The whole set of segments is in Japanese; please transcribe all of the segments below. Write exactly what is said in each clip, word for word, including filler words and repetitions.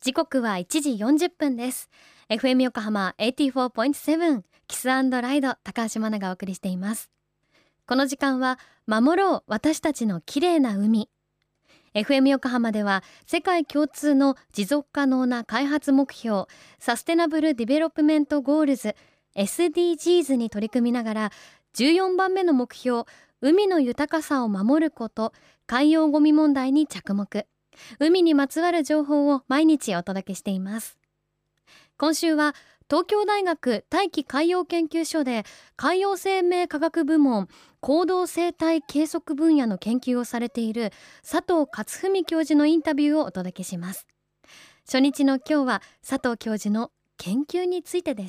時刻はいちじよんじゅっぷんです。 エフエム 横浜 エイティフォーポイントセブン キス&ライド、高橋真奈がお送りしています。この時間は守ろう私たちの綺麗な海。 エフエム 横浜では世界共通の持続可能な開発目標サステナブルディベロップメントゴールズ エスディージーズ に取り組みながら、じゅうよんばんめの目標、海の豊かさを守ること、海洋ゴミ問題に着目。海にまつわる情報を毎日お届けしています。今週は東京大学大気海洋研究所で海洋生命科学部門行動生態計測分野の研究をされている佐藤勝文教授のインタビューをお届けします。初日の今日は佐藤教授の研究についてです。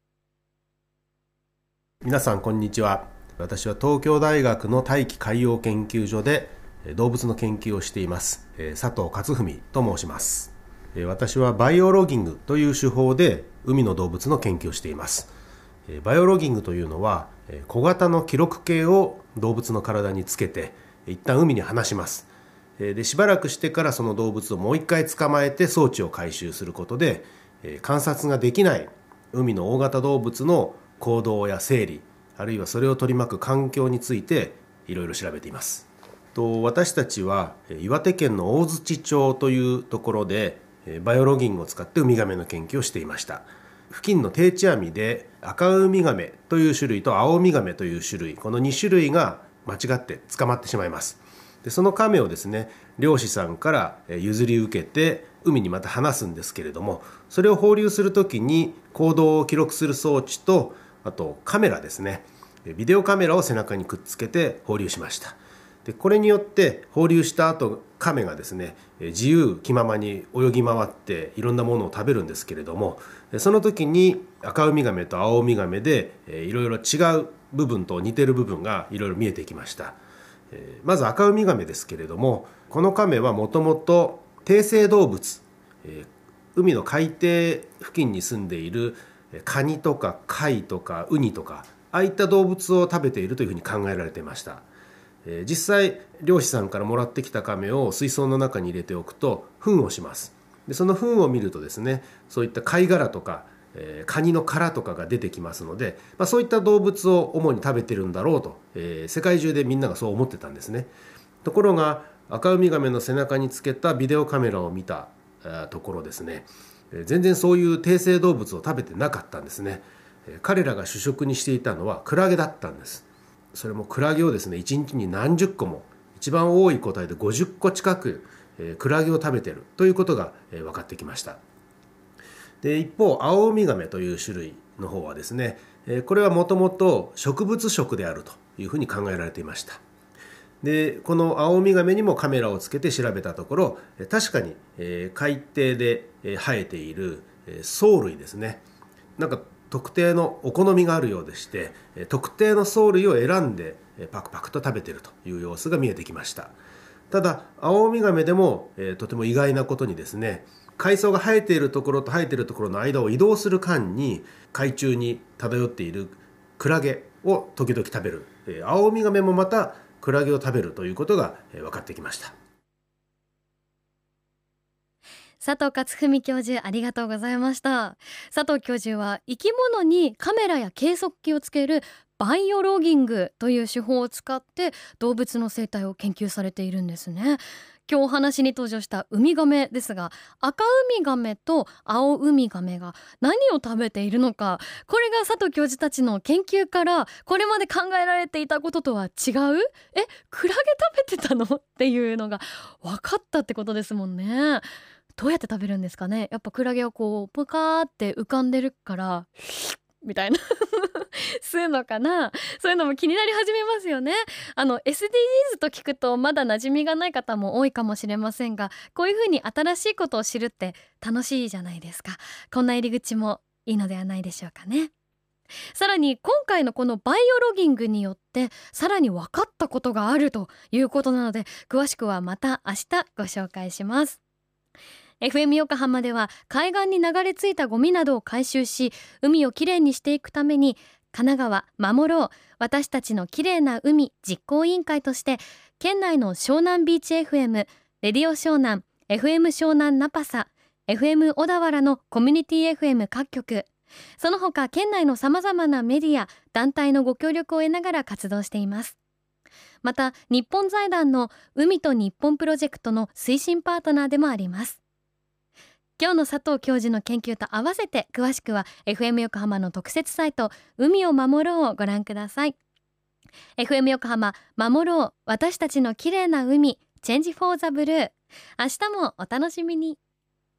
皆さんこんにちは。私は東京大学の大気海洋研究所で動物の研究をしています佐藤勝文と申します。私はバイオロギングという手法で海の動物の研究をしています。バイオロギングというのは小型の記録計を動物の体につけて一旦海に放します。でしばらくしてからその動物をもう一回捕まえて装置を回収することで観察ができない海の大型動物の行動や生理、あるいはそれを取り巻く環境についていろいろ調べています。と私たちは岩手県の大槌町というところでバイオロギングを使ってウミガメの研究をしていました。付近の定置網で赤ウミガメという種類と青ウミガメという種類、このに種類が間違って捕まってしまいます。でそのカメをですね、漁師さんから譲り受けて海にまた放すんですけれども、それを放流するときに行動を記録する装置と、あとカメラですね、ビデオカメラを背中にくっつけて放流しました。でこれによって放流した後、カメがですね自由気ままに泳ぎ回っていろんなものを食べるんですけれども、その時に赤ウミガメと青ウミガメでいろいろ違う部分と似てる部分がいろいろ見えてきました。まず赤ウミガメですけれども、このカメはもともと低生動物、海の海底付近に住んでいるカニとか貝とかウニとか、ああいった動物を食べているというふうに考えられていました。実際漁師さんからもらってきたカメを水槽の中に入れておくと糞をします。でその糞を見るとですね、そういった貝殻とか、えー、カニの殻とかが出てきますので、まあ、そういった動物を主に食べてるんだろうと、えー、世界中でみんながそう思ってたんですね。ところが赤ウミガメの背中につけたビデオカメラを見たところですね、全然そういう低生動物を食べてなかったんですね。彼らが主食にしていたのはクラゲだったんです。それもクラゲをですね、いちにちに何十個も、一番多い個体でごじゅっこ近く、えー、クラゲを食べているということが、えー、分かってきました。で一方青ウミガメという種類の方はですね、えー、これはもともと植物食であるというふうに考えられていました。でこの青ウミガメにもカメラをつけて調べたところ、確かに、えー、海底で生えている、えー、藻類ですね、なんか特定のお好みがあるようでして、特定の藻類を選んでパクパクと食べているという様子が見えてきました。ただ青ウミガメでも、えー、とても意外なことにですね、海藻が生えているところと生えているところの間を移動する間に海中に漂っているクラゲを時々食べる、えー、青ウミガメもまたクラゲを食べるということが、えー、分かってきました。 佐藤勝文教授、ありがとうございました。佐藤教授は生き物にカメラや計測器をつけるバイオロギングという手法を使って動物の生態を研究されているんですね。今日お話に登場したウミガメですが、赤ウミガメと青ウミガメが何を食べているのか、これが佐藤教授たちの研究からこれまで考えられていたこととは違う、えクラゲ食べてたのっていうのが分かったってことですもんね。どうやって食べるんですかね。やっぱクラゲをこうプカーって浮かんでるからみたいな吸うのかな。そういうのも気になり始めますよね。あの エスディージーズ と聞くとまだ馴染みがない方も多いかもしれませんが、こういうふうに新しいことを知るって楽しいじゃないですか。こんな入り口もいいのではないでしょうかね。さらに今回のこのバイオロギングによってさらに分かったことがあるということなので、詳しくはまた明日ご紹介します。エフエム 横浜では海岸に流れ着いたゴミなどを回収し、海をきれいにしていくために神奈川守ろう私たちのきれいな海実行委員会として、県内の湘南ビーチ エフエム、レディオ湘南、エフエム 湘南ナパサ、 エフエム 小田原のコミュニティ エフエム 各局、その他県内のさまざまなメディア団体のご協力を得ながら活動しています。また日本財団の海と日本プロジェクトの推進パートナーでもあります。今日の佐藤教授の研究と合わせて詳しくは エフエム 横浜の特設サイト海を守ろうをご覧ください。 エフエム 横浜守ろう私たちの綺麗な海、チェンジフォーザブルー。明日もお楽しみに。